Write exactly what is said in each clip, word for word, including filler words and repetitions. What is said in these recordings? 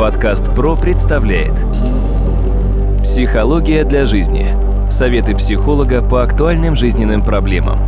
Подкаст ПРО представляет «Психология для жизни». Советы психолога по актуальным жизненным проблемам.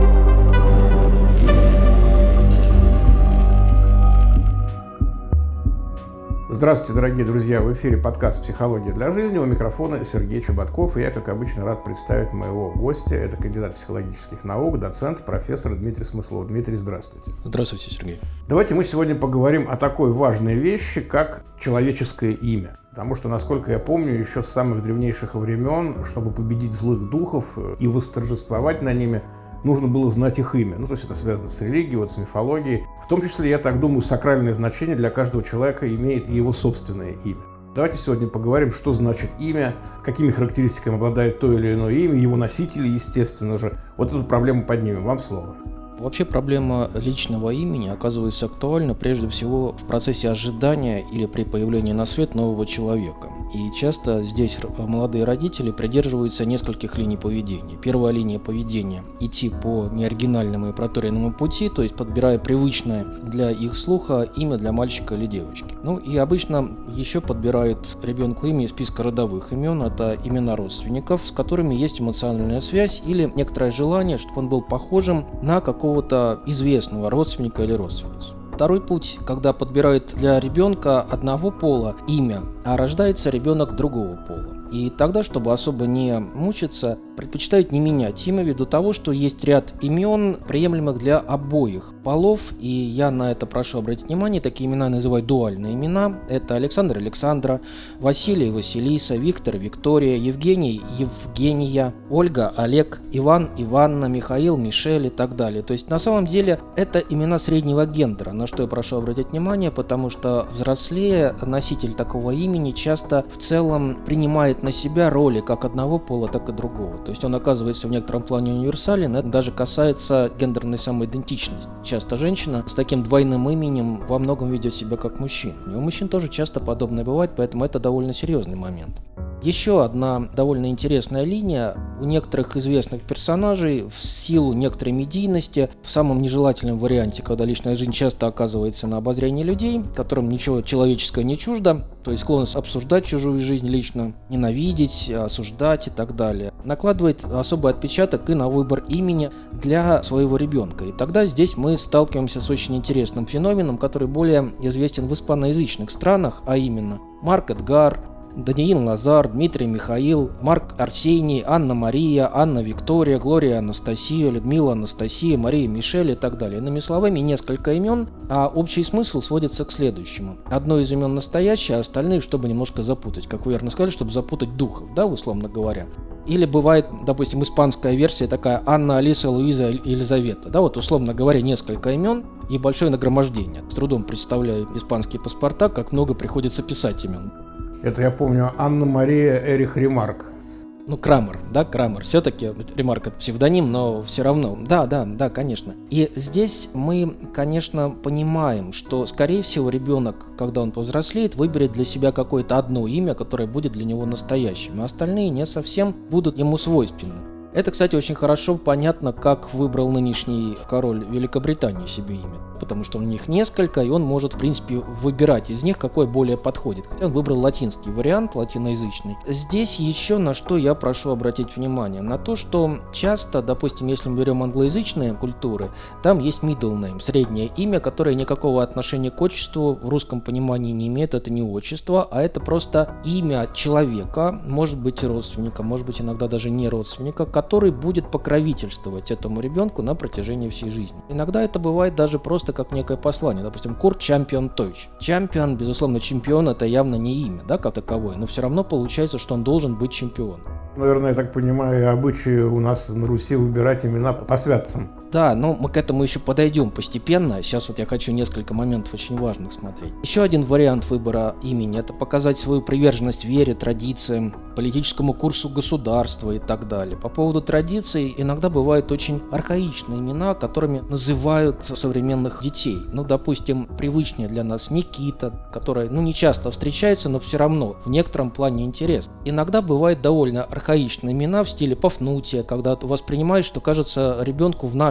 Здравствуйте, дорогие друзья! В эфире подкаст «Психология для жизни». У микрофона Сергей Чеботков. И я, как обычно, рад представить моего гостя. Это кандидат психологических наук, доцент, профессор Дмитрий Смыслов. Дмитрий, здравствуйте. Здравствуйте, Сергей. Давайте мы сегодня поговорим о такой важной вещи, как человеческое имя. Потому что, насколько я помню, еще с самых древнейших времен, чтобы победить злых духов и восторжествовать над ними, нужно было знать их имя. Ну, то есть это связано с религией, вот, с мифологией. В том числе, я так думаю, сакральное значение для каждого человека имеет и его собственное имя. Давайте сегодня поговорим, что значит имя, какими характеристиками обладает то или иное имя, его носители, естественно же. Вот эту проблему поднимем. Вам слово. Вообще проблема личного имени оказывается актуальна прежде всего в процессе ожидания или при появлении на свет нового человека. И часто здесь молодые родители придерживаются нескольких линий поведения. Первая линия поведения – идти по неоригинальному и проторенному пути, то есть подбирая привычное для их слуха имя для мальчика или девочки. Ну и обычно еще подбирают ребенку имя из списка родовых имен. Это имена родственников, с которыми есть эмоциональная связь или некоторое желание, чтобы он был похожим на какого какого-то известного родственника или родственницу. Второй путь, когда подбирают для ребенка одного пола имя, а рождается ребенок другого пола. И тогда, чтобы особо не мучиться, предпочитают не менять имя ввиду того, что есть ряд имен, приемлемых для обоих полов, и я на это прошу обратить внимание. Такие имена называют дуальные имена. Это Александр Александра, Василий Василиса, Виктор Виктория, Евгений Евгения, Ольга Олег, Иван Иванна, Михаил Мишель и так далее. То есть на самом деле это имена среднего гендера, на что я прошу обратить внимание, потому что взрослее носитель такого имени часто в целом принимает на себя роли как одного пола, так и другого. То есть он оказывается в некотором плане универсален. Это даже касается гендерной самоидентичности. Часто женщина с таким двойным именем во многом ведет себя как мужчина. И у мужчин тоже часто подобное бывает, поэтому это довольно серьезный момент. Еще одна довольно интересная линия. У некоторых известных персонажей в силу некоторой медийности, в самом нежелательном варианте, когда личная жизнь часто оказывается на обозрении людей, которым ничего человеческого не чуждо, то есть склонность обсуждать чужую жизнь лично, ненавидеть, осуждать и так далее, накладывает особый отпечаток и на выбор имени для своего ребенка. И тогда здесь мы сталкиваемся с очень интересным феноменом, который более известен в испаноязычных странах, а именно Марк Эдгар, Даниил Назар, Дмитрий Михаил, Марк Арсений, Анна Мария, Анна Виктория, Глория Анастасия, Людмила Анастасия, Мария Мишель и так далее. Иными словами, несколько имен, а общий смысл сводится к следующему. Одно из имен настоящее, а остальные, чтобы немножко запутать. Как вы верно сказали, чтобы запутать духов, да, условно говоря. Или бывает, допустим, испанская версия такая Анна, Алиса, Луиза, Елизавета. Да, вот условно говоря, несколько имен и большое нагромождение. С трудом представляю испанские паспорта, как много приходится писать имен. Это я помню Анна-Мария Эрих Ремарк. Ну, Крамер, да, Крамер. Все-таки Ремарк — это псевдоним, но все равно. Да, да, да, конечно. И здесь мы, конечно, понимаем, что, скорее всего, ребенок, когда он повзрослеет, выберет для себя какое-то одно имя, которое будет для него настоящим, а остальные не совсем будут ему свойственны. Это, кстати, очень хорошо понятно, как выбрал нынешний король Великобритании себе имя. Потому что у них несколько, и он может, в принципе, выбирать из них, какой более подходит. Хотя он выбрал латинский вариант, латиноязычный. Здесь еще на что я прошу обратить внимание. На то, что часто, допустим, если мы берем англоязычные культуры, там есть middle name, среднее имя, которое никакого отношения к отчеству в русском понимании не имеет. Это не отчество, а это просто имя человека, может быть, родственника, может быть, иногда даже не родственника, который будет покровительствовать этому ребенку на протяжении всей жизни. Иногда это бывает даже просто как некое послание. Допустим, Курт Чампион Тойч. Чампион, безусловно, чемпион — это явно не имя, да, как таковое, но все равно получается, что он должен быть чемпионом. Наверное, я так понимаю, обычаи у нас на Руси выбирать имена по святцам. Да, но мы к этому еще подойдем постепенно. Сейчас вот я хочу несколько моментов очень важных смотреть. Еще один вариант выбора имени – это показать свою приверженность вере, традициям, политическому курсу государства и так далее. По поводу традиций иногда бывают очень архаичные имена, которыми называют современных детей. Ну, допустим, привычнее для нас Никита, которая, ну, не часто встречается, но все равно в некотором плане интересна. Иногда бывают довольно архаичные имена в стиле Пафнутия, когда ты воспринимаешь, что, кажется, ребенку в нашем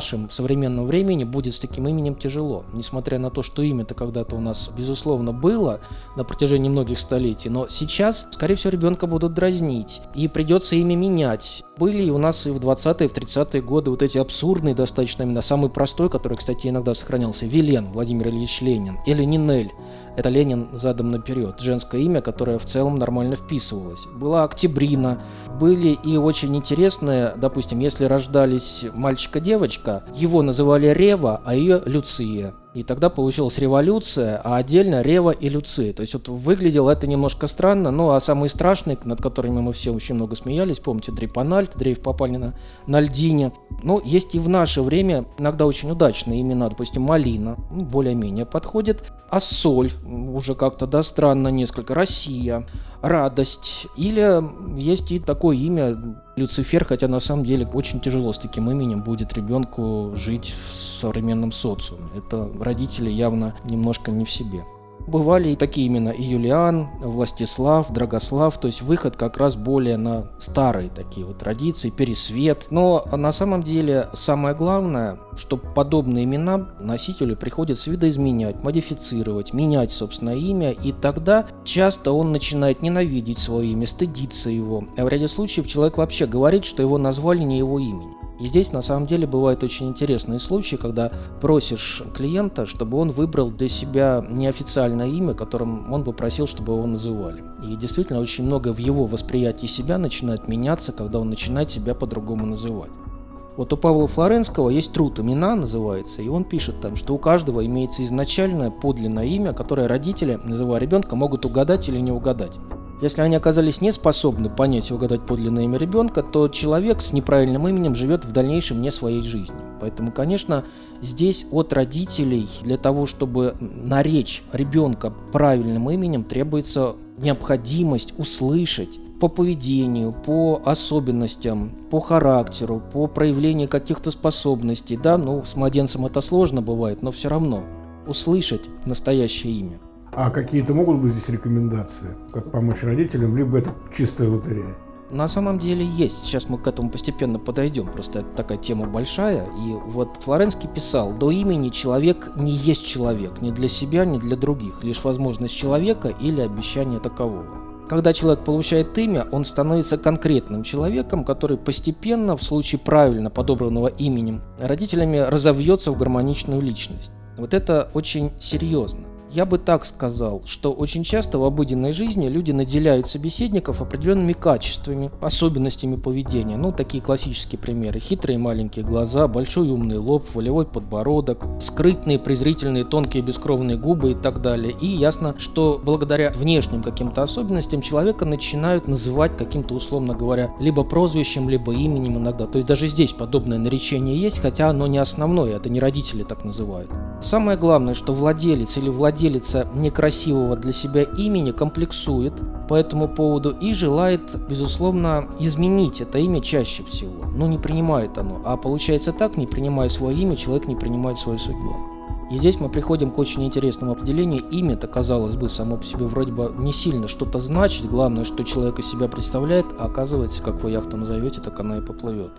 нашем современном времени будет с таким именем тяжело. Несмотря на то, что имя-то когда-то у нас, безусловно, было на протяжении многих столетий, но сейчас, скорее всего, ребенка будут дразнить, и придется имя менять. Были у нас и в двадцатые, и в тридцатые годы вот эти абсурдные достаточно имена. Самый простой, который, кстати, иногда сохранялся, Вилен, Владимир Ильич Ленин, или Нинель. Это Ленин задом наперед. Женское имя, которое в целом нормально вписывалось. Была Октябрина. Были и очень интересные, допустим, если рождались мальчик-девочка, его называли Рева, а ее Люция. И тогда получилась революция, а отдельно Рева и Люция. То есть вот выглядело это немножко странно. Ну а самые страшные, над которыми мы все очень много смеялись, помните, Дрейпанальт, Дрейф Папанина на льдине. Ну, есть и в наше время иногда очень удачные имена, допустим, Малина, ну, более-менее подходит. Ассоль, уже как-то, да, странно несколько. Россия, Радость. Или есть и такое имя Люцифер, хотя на самом деле очень тяжело с таким именем будет ребенку жить в современном социуме. Это родители явно немножко не в себе. Бывали и такие имена: и Юлиан, Властислав, Драгослав, то есть выход как раз более на старые такие вот традиции, Пересвет. Но на самом деле самое главное, что подобные имена носителю приходится видоизменять, модифицировать, менять собственное имя, и тогда часто он начинает ненавидеть свое имя, стыдиться его. А в ряде случаев человек вообще говорит, что его назвали не его имени. И здесь на самом деле бывают очень интересные случаи, когда просишь клиента, чтобы он выбрал для себя неофициальное имя, которым он бы просил, чтобы его называли. И действительно очень многое в его восприятии себя начинает меняться, когда он начинает себя по-другому называть. Вот у Павла Флоренского есть труд «Имена» называется, и он пишет там, что у каждого имеется изначальное подлинное имя, которое родители, называя ребенка, могут угадать или не угадать. Если они оказались не способны понять и угадать подлинное имя ребенка, то человек с неправильным именем живет в дальнейшем не своей жизнью. Поэтому, конечно, здесь от родителей для того, чтобы наречь ребенка правильным именем, требуется необходимость услышать по поведению, по особенностям, по характеру, по проявлению каких-то способностей. Да, ну, с младенцем это сложно бывает, но все равно услышать настоящее имя. А какие-то могут быть здесь рекомендации, как помочь родителям, либо это чистая лотерея? На самом деле есть. Сейчас мы к этому постепенно подойдем. Просто это такая тема большая. И вот Флоренский писал: до имени человек не есть человек. Ни для себя, ни для других. Лишь возможность человека или обещание такового. Когда человек получает имя, он становится конкретным человеком, который постепенно, в случае правильно подобранного именем, родителями разовьется в гармоничную личность. Вот это очень серьезно. Я бы так сказал, что очень часто в обыденной жизни люди наделяют собеседников определенными качествами, особенностями поведения. Ну, такие классические примеры: хитрые маленькие глаза, большой умный лоб, волевой подбородок, скрытные, презрительные, тонкие бескровные губы и так далее. И ясно, что благодаря внешним каким-то особенностям человека начинают называть каким-то, условно говоря, либо прозвищем, либо именем иногда. То есть даже здесь подобное наречение есть, хотя оно не основное, это не родители так называют. Самое главное, что владелец или владелица некрасивого для себя имени комплексует по этому поводу и желает, безусловно, изменить это имя чаще всего. Но не принимает оно. А получается так: не принимая свое имя, человек не принимает свою судьбу. И здесь мы приходим к очень интересному определению. Имя-то, казалось бы, само по себе вроде бы не сильно что-то значит. Главное, что человек из себя представляет, а оказывается, как вы яхту назовете, так она и поплывет.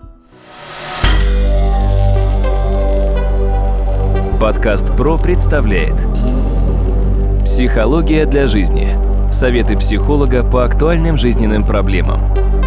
Подкаст «Про» представляет «Психология для жизни». Советы психолога по актуальным жизненным проблемам.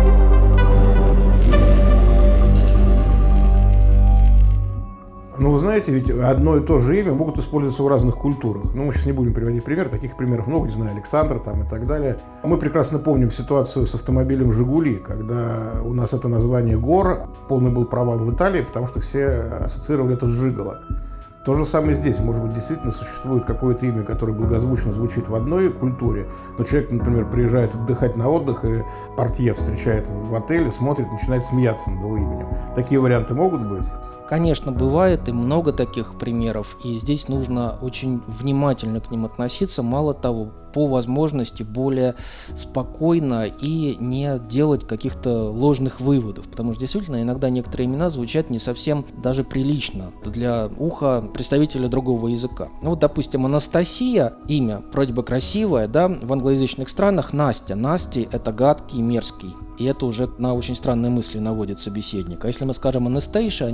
Ну, вы знаете, ведь одно и то же имя могут использоваться в разных культурах. Ну, мы сейчас не будем приводить пример, таких примеров много, не знаю, Александр там и так далее. Мы прекрасно помним ситуацию с автомобилем «Жигули», когда у нас это название «Гор», полный был провал в Италии, потому что все ассоциировали это с «Жиголо». То же самое здесь. Может быть, действительно существует какое-то имя, которое благозвучно звучит в одной культуре, но человек, например, приезжает отдыхать на отдых, и портье встречает в отеле, смотрит, начинает смеяться над его именем. Такие варианты могут быть? Конечно, бывает и много таких примеров, и здесь нужно очень внимательно к ним относиться. Мало того, по возможности более спокойно и не делать каких-то ложных выводов, потому что действительно иногда некоторые имена звучат не совсем даже прилично для уха представителя другого языка. Ну вот, допустим, Анастасия, имя вроде бы красивое, да, в англоязычных странах Настя. Настя — это гадкий и мерзкий, и это уже на очень странные мысли наводит собеседника. А если мы скажем Анастейша, они вспоминают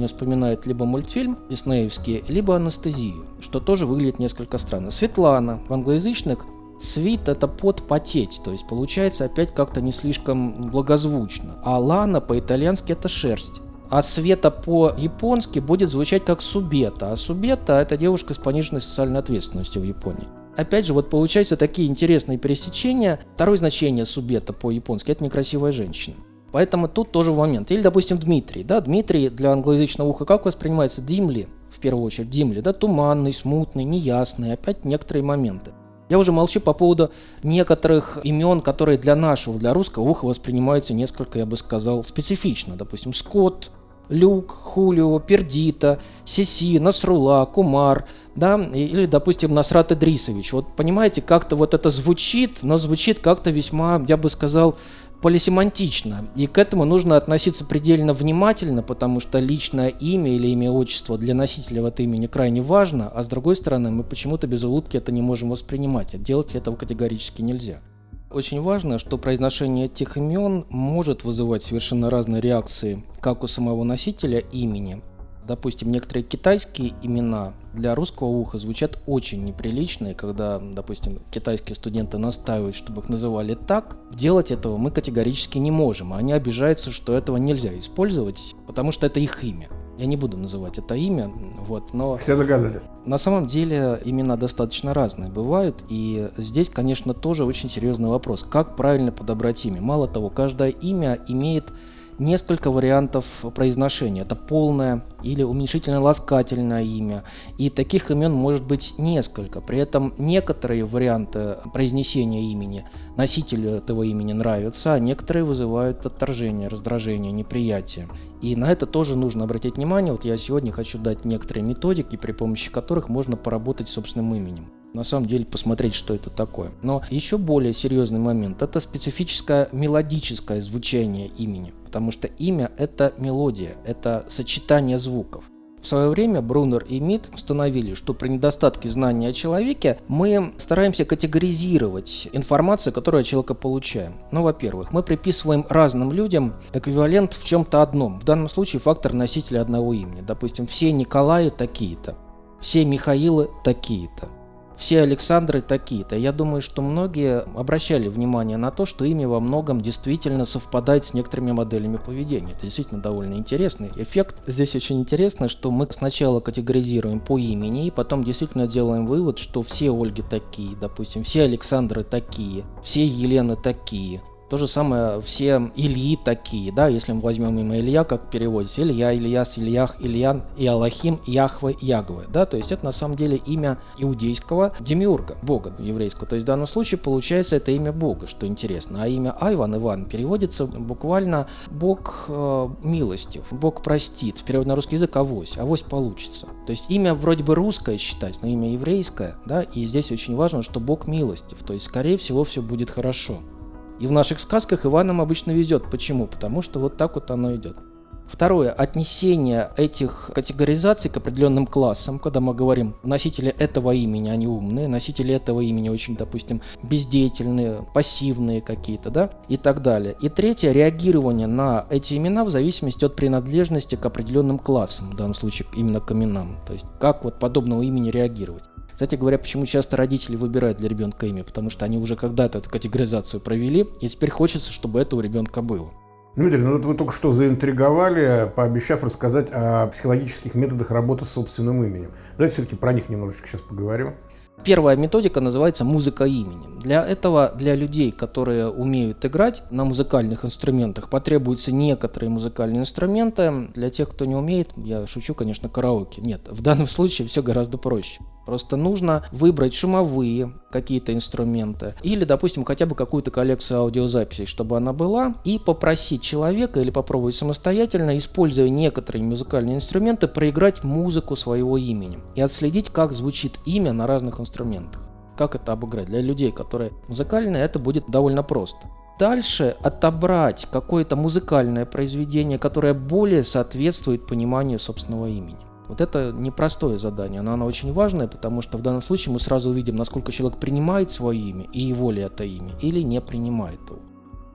вспоминает либо мультфильм диснеевский, либо анестезию, что тоже выглядит несколько странно. Светлана в англоязычных свит — это пот, потеть, то есть получается опять как-то не слишком благозвучно. А лана по-итальянски — это шерсть. А Света по-японски будет звучать как Субета. А Субета — это девушка с пониженной социальной ответственностью в Японии. Опять же, вот получаются такие интересные пересечения. Второе значение Субета по-японски — это некрасивая женщина. Поэтому тут тоже момент. Или, допустим, Дмитрий. Да, Дмитрий для англоязычного уха как воспринимается? Димли, в первую очередь. Димли, да, туманный, смутный, неясный. Опять некоторые моменты. Я уже молчу по поводу некоторых имен, которые для нашего, для русского уха воспринимаются несколько, я бы сказал, специфично. Допустим, Скотт, Люк, Хулио, Пердита, Сиси, Насрула, Кумар, да, или, допустим, Насрат Идрисович. Вот понимаете, как-то вот это звучит, но звучит как-то весьма, я бы сказал, полисемантично. И к этому нужно относиться предельно внимательно, потому что личное имя или имя отчество для носителя этого имени крайне важно, а с другой стороны, мы почему-то без улыбки это не можем воспринимать, а делать этого категорически нельзя. Очень важно, что произношение этих имен может вызывать совершенно разные реакции как у самого носителя имени. Допустим, некоторые китайские имена для русского уха звучат очень неприлично, и когда, допустим, китайские студенты настаивают, чтобы их называли так, делать этого мы категорически не можем, а они обижаются, что этого нельзя использовать, потому что это их имя. Я не буду называть это имя, вот, но... Все догадались. На самом деле имена достаточно разные бывают, и здесь, конечно, тоже очень серьезный вопрос, как правильно подобрать имя. Мало того, каждое имя имеет несколько вариантов произношения. Это полное или уменьшительно-ласкательное имя. И таких имен может быть несколько. При этом некоторые варианты произнесения имени носителю этого имени нравятся, а некоторые вызывают отторжение, раздражение, неприятие. И на это тоже нужно обратить внимание. Вот я сегодня хочу дать некоторые методики, при помощи которых можно поработать с собственным именем. На самом деле посмотреть, что это такое. Но еще более серьезный момент – это специфическое мелодическое звучание имени. Потому что имя – это мелодия, это сочетание звуков. В свое время Брунер и Мид установили, что при недостатке знания о человеке мы стараемся категоризировать информацию, которую от человека получаем. Ну, во-первых, мы приписываем разным людям эквивалент в чем-то одном. В данном случае фактор носителя одного имени. Допустим, все Николаи такие-то, все Михаилы такие-то, все Александры такие-то. Я думаю, что многие обращали внимание на то, что имя во многом действительно совпадает с некоторыми моделями поведения. Это действительно довольно интересный эффект. Здесь очень интересно, что мы сначала категоризируем по имени, и потом действительно делаем вывод, что все Ольги такие, допустим, все Александры такие, все Елены такие. То же самое, все Ильи такие, да, если мы возьмем имя Илья, как переводится, Илья, Ильяс, Ильях, Ильян, Иалахим, Яхве, Ягве, да, то есть это на самом деле имя иудейского демиурга, бога еврейского, то есть в данном случае получается это имя бога, что интересно, а имя Айван, Иван, переводится буквально бог э, милостив, бог простит, в переводе на русский язык авось, авось получится, то есть имя вроде бы русское считать, но имя еврейское, да, и здесь очень важно, что бог милостив, то есть скорее всего все будет хорошо. И в наших сказках Иванам обычно везет. Почему? Потому что вот так вот оно идет. Второе. Отнесение этих категоризаций к определенным классам, когда мы говорим, носители этого имени, они умные, носители этого имени очень, допустим, бездеятельные, пассивные какие-то, да, и так далее. И третье. Реагирование на эти имена в зависимости от принадлежности к определенным классам, в данном случае именно к именам. То есть как вот подобного имени реагировать. Кстати говоря, почему часто родители выбирают для ребенка имя? Потому что они уже когда-то эту категоризацию провели, и теперь хочется, чтобы это у ребенка было. Дмитрий, ну вот вы только что заинтриговали, пообещав рассказать о психологических методах работы с собственным именем. Давайте все-таки про них немножечко сейчас поговорим. Первая методика называется «музыка имени». Для этого, для людей, которые умеют играть на музыкальных инструментах, потребуются некоторые музыкальные инструменты. Для тех, кто не умеет, я шучу, конечно, караоке. Нет, в данном случае все гораздо проще. Просто нужно выбрать шумовые какие-то инструменты или, допустим, хотя бы какую-то коллекцию аудиозаписей, чтобы она была, и попросить человека или попробовать самостоятельно, используя некоторые музыкальные инструменты, проиграть музыку своего имени и отследить, как звучит имя на разных инструментах. Как это обыграть? Для людей, которые музыкальные, это будет довольно просто. Дальше отобрать какое-то музыкальное произведение, которое более соответствует пониманию собственного имени. Вот это непростое задание, но оно очень важное, потому что в данном случае мы сразу увидим, насколько человек принимает свое имя и его ли это имя, или не принимает его.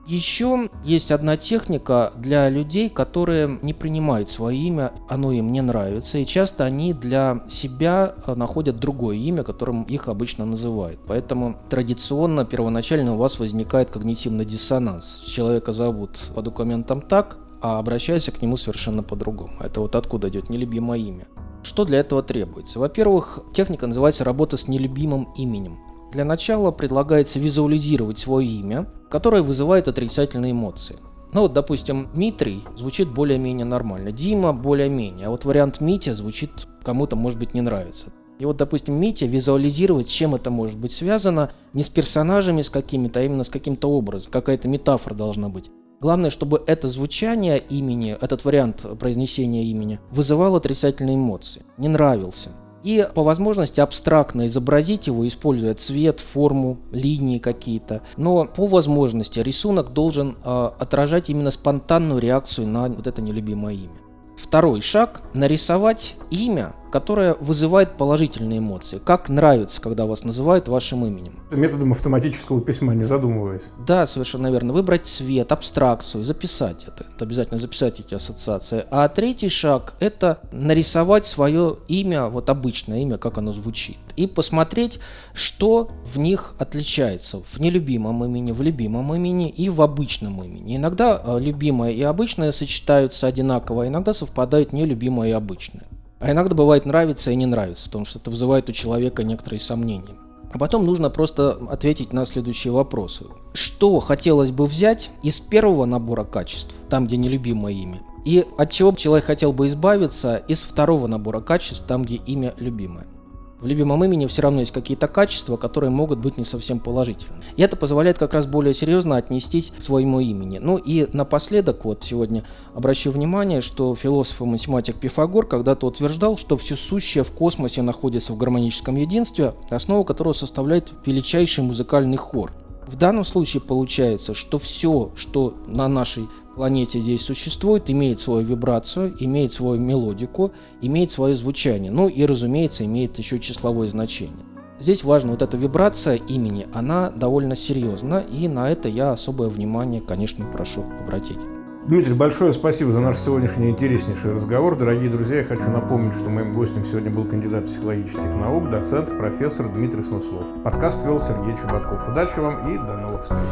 Еще есть одна техника для людей, которые не принимают свое имя, оно им не нравится, и часто они для себя находят другое имя, которым их обычно называют. Поэтому традиционно, первоначально у вас возникает когнитивный диссонанс. Человека зовут по документам так, а обращаются к нему совершенно по-другому. Это вот откуда идет нелюбимое имя. Что для этого требуется? Во-первых, техника называется «работа с нелюбимым именем». Для начала предлагается визуализировать свое имя, которое вызывает отрицательные эмоции. Ну вот, допустим, Дмитрий звучит более-менее нормально, Дима более-менее, а вот вариант Митя звучит кому-то, может быть, не нравится. И вот, допустим, Митя визуализировать, с чем это может быть связано, не с персонажами с какими-то, а именно с каким-то образом, какая-то метафора должна быть. Главное, чтобы это звучание имени, этот вариант произнесения имени вызывал отрицательные эмоции, не нравился. И по возможности абстрактно изобразить его, используя цвет, форму, линии какие-то. Но по возможности рисунок должен э, отражать именно спонтанную реакцию на вот это нелюбимое имя. Второй шаг – нарисовать имя, которое вызывает положительные эмоции. Как нравится, когда вас называют вашим именем. Методом автоматического письма, не задумываясь. Да, совершенно верно. Выбрать цвет, абстракцию, записать это. Обязательно записать эти ассоциации. А третий шаг – это нарисовать свое имя, вот обычное имя, как оно звучит. И посмотреть, что в них отличается в нелюбимом имени, в любимом имени и в обычном имени. Иногда любимое и обычное сочетаются одинаково, а иногда совпадают нелюбимое и обычное. А иногда бывает нравится и не нравится, потому что это вызывает у человека некоторые сомнения. А потом нужно просто ответить на следующие вопросы. Что хотелось бы взять из первого набора качеств, там, где нелюбимое имя, и от чего человек хотел бы избавиться из второго набора качеств, там, где имя любимое. В любимом имени все равно есть какие-то качества, которые могут быть не совсем положительными. И это позволяет как раз более серьезно отнестись к своему имени. Ну и напоследок, вот сегодня обращу внимание, что философ и математик Пифагор когда-то утверждал, что все сущее в космосе находится в гармоническом единстве, основу которого составляет величайший музыкальный хор. В данном случае получается, что все, что на нашей планете здесь существует, имеет свою вибрацию, имеет свою мелодику, имеет свое звучание. Ну и, разумеется, имеет еще числовое значение. Здесь важна вот эта вибрация имени, она довольно серьезна, и на это я особое внимание, конечно, прошу обратить. Дмитрий, большое спасибо за наш сегодняшний интереснейший разговор. Дорогие друзья, я хочу напомнить, что моим гостем сегодня был кандидат психологических наук, доцент, профессор Дмитрий Смыслов. Подкаст вел Сергей Чеботков. Удачи вам и до новых встреч.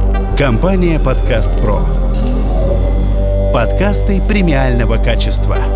Компания «Подкаст Про». Подкасты премиального качества.